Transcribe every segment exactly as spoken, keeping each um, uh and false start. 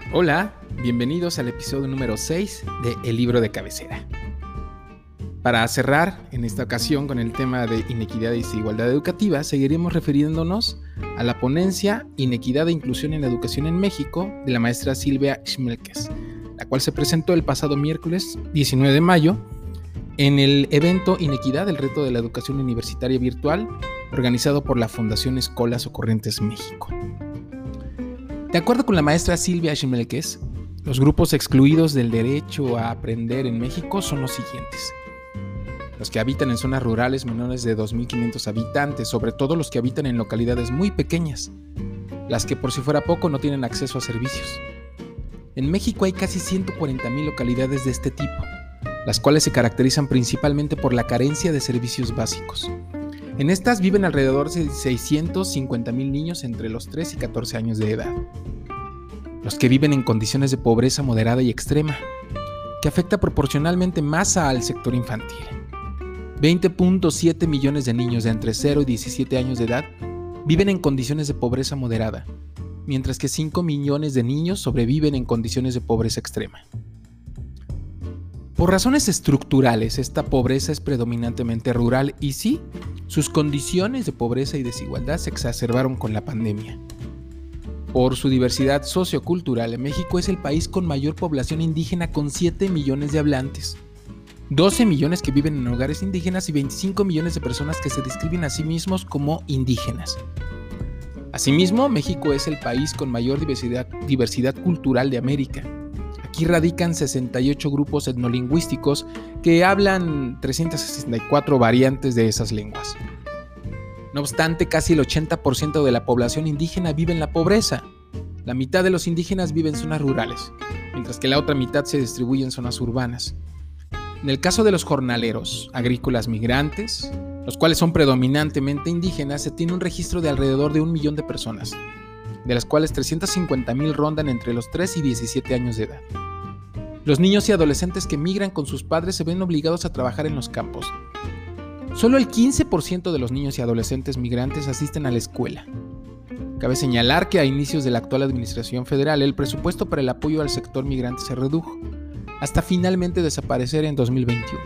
Hola, bienvenidos al episodio número seis de El Libro de Cabecera. Para cerrar en esta ocasión con el tema de inequidad y desigualdad educativa, seguiremos refiriéndonos a la ponencia Inequidad e Inclusión en la Educación en México de la maestra Silvia Schmelkes, la cual se presentó el pasado miércoles diecinueve de mayo en el evento Inequidad, el reto de la educación universitaria virtual, organizado por la Fundación Escolas Ocurrentes México. De acuerdo con la maestra Silvia Schmelkes, los grupos excluidos del derecho a aprender en México son los siguientes: los que habitan en zonas rurales menores de dos mil quinientos habitantes, sobre todo los que habitan en localidades muy pequeñas, las que por si fuera poco no tienen acceso a servicios. En México hay casi ciento cuarenta mil localidades de este tipo, las cuales se caracterizan principalmente por la carencia de servicios básicos. En estas viven alrededor de seiscientos cincuenta mil niños entre los tres y catorce años de edad. Los que viven en condiciones de pobreza moderada y extrema, que afecta proporcionalmente más al sector infantil. veinte punto siete millones de niños de entre cero y diecisiete años de edad viven en condiciones de pobreza moderada, mientras que cinco millones de niños sobreviven en condiciones de pobreza extrema. Por razones estructurales, esta pobreza es predominantemente rural y sí, sus condiciones de pobreza y desigualdad se exacerbaron con la pandemia. Por su diversidad sociocultural, México es el país con mayor población indígena con siete millones de hablantes, doce millones que viven en hogares indígenas y veinticinco millones de personas que se describen a sí mismos como indígenas. Asimismo, México es el país con mayor diversidad, diversidad cultural de América. Aquí radican sesenta y ocho grupos etnolingüísticos que hablan trescientas sesenta y cuatro variantes de esas lenguas. No obstante, casi el ochenta por ciento de la población indígena vive en la pobreza. La mitad de los indígenas vive en zonas rurales, mientras que la otra mitad se distribuye en zonas urbanas. En el caso de los jornaleros agrícolas migrantes, los cuales son predominantemente indígenas, se tiene un registro de alrededor de un millón de personas, de las cuales trescientos cincuenta mil rondan entre los tres y diecisiete años de edad. Los niños y adolescentes que migran con sus padres se ven obligados a trabajar en los campos. Solo el quince por ciento de los niños y adolescentes migrantes asisten a la escuela. Cabe señalar que a inicios de la actual administración federal, el presupuesto para el apoyo al sector migrante se redujo, hasta finalmente desaparecer en dos mil veintiuno.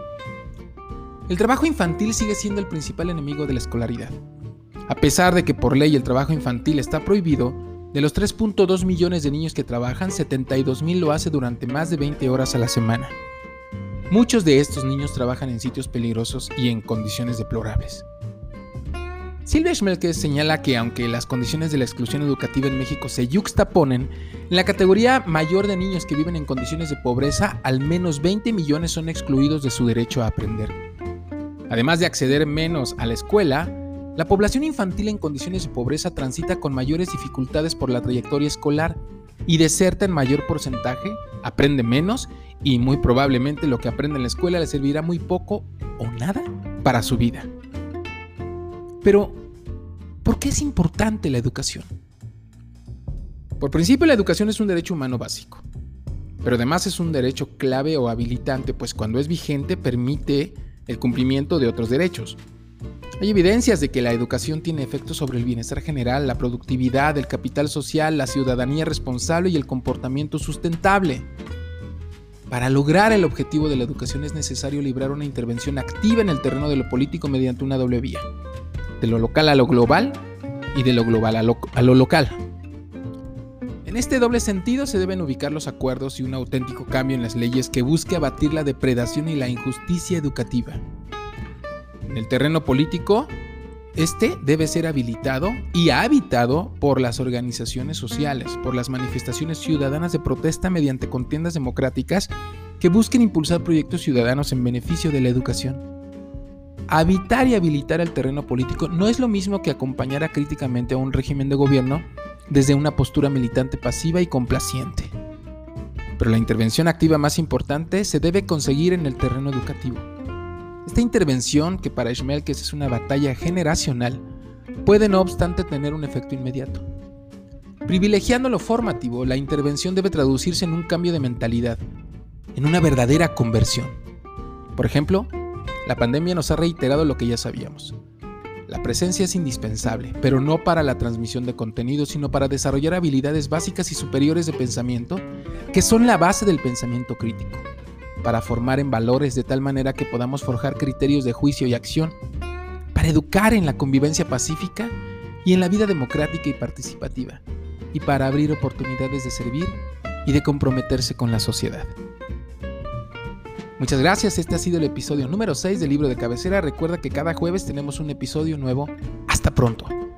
El trabajo infantil sigue siendo el principal enemigo de la escolaridad. A pesar de que por ley el trabajo infantil está prohibido, de los tres punto dos millones de niños que trabajan, setenta y dos mil lo hace durante más de veinte horas a la semana. Muchos de estos niños trabajan en sitios peligrosos y en condiciones deplorables. Silvia Schmelkes señala que aunque las condiciones de la exclusión educativa en México se yuxtaponen, en la categoría mayor de niños que viven en condiciones de pobreza, al menos veinte millones son excluidos de su derecho a aprender. Además de acceder menos a la escuela, la población infantil en condiciones de pobreza transita con mayores dificultades por la trayectoria escolar y deserta en mayor porcentaje, aprende menos y muy probablemente lo que aprende en la escuela le servirá muy poco o nada para su vida. Pero, ¿por qué es importante la educación? Por principio, la educación es un derecho humano básico, pero además es un derecho clave o habilitante, pues cuando es vigente permite el cumplimiento de otros derechos. Hay evidencias de que la educación tiene efectos sobre el bienestar general, la productividad, el capital social, la ciudadanía responsable y el comportamiento sustentable. Para lograr el objetivo de la educación es necesario librar una intervención activa en el terreno de lo político mediante una doble vía: de lo local a lo global y de lo global a lo, a lo local. En este doble sentido se deben ubicar los acuerdos y un auténtico cambio en las leyes que busque abatir la depredación y la injusticia educativa. En el terreno político, este debe ser habilitado y habitado por las organizaciones sociales, por las manifestaciones ciudadanas de protesta mediante contiendas democráticas que busquen impulsar proyectos ciudadanos en beneficio de la educación. Habitar y habilitar el terreno político no es lo mismo que acompañar críticamente a un régimen de gobierno desde una postura militante pasiva y complaciente. Pero la intervención activa más importante se debe conseguir en el terreno educativo. Esta intervención, que para Schmelkes es una batalla generacional, puede no obstante tener un efecto inmediato. Privilegiando lo formativo, la intervención debe traducirse en un cambio de mentalidad, en una verdadera conversión. Por ejemplo, la pandemia nos ha reiterado lo que ya sabíamos. La presencia es indispensable, pero no para la transmisión de contenido, sino para desarrollar habilidades básicas y superiores de pensamiento, que son la base del pensamiento crítico, para formar en valores de tal manera que podamos forjar criterios de juicio y acción, para educar en la convivencia pacífica y en la vida democrática y participativa, y para abrir oportunidades de servir y de comprometerse con la sociedad. Muchas gracias, este ha sido el episodio número seis del libro de cabecera. Recuerda que cada jueves tenemos un episodio nuevo. Hasta pronto.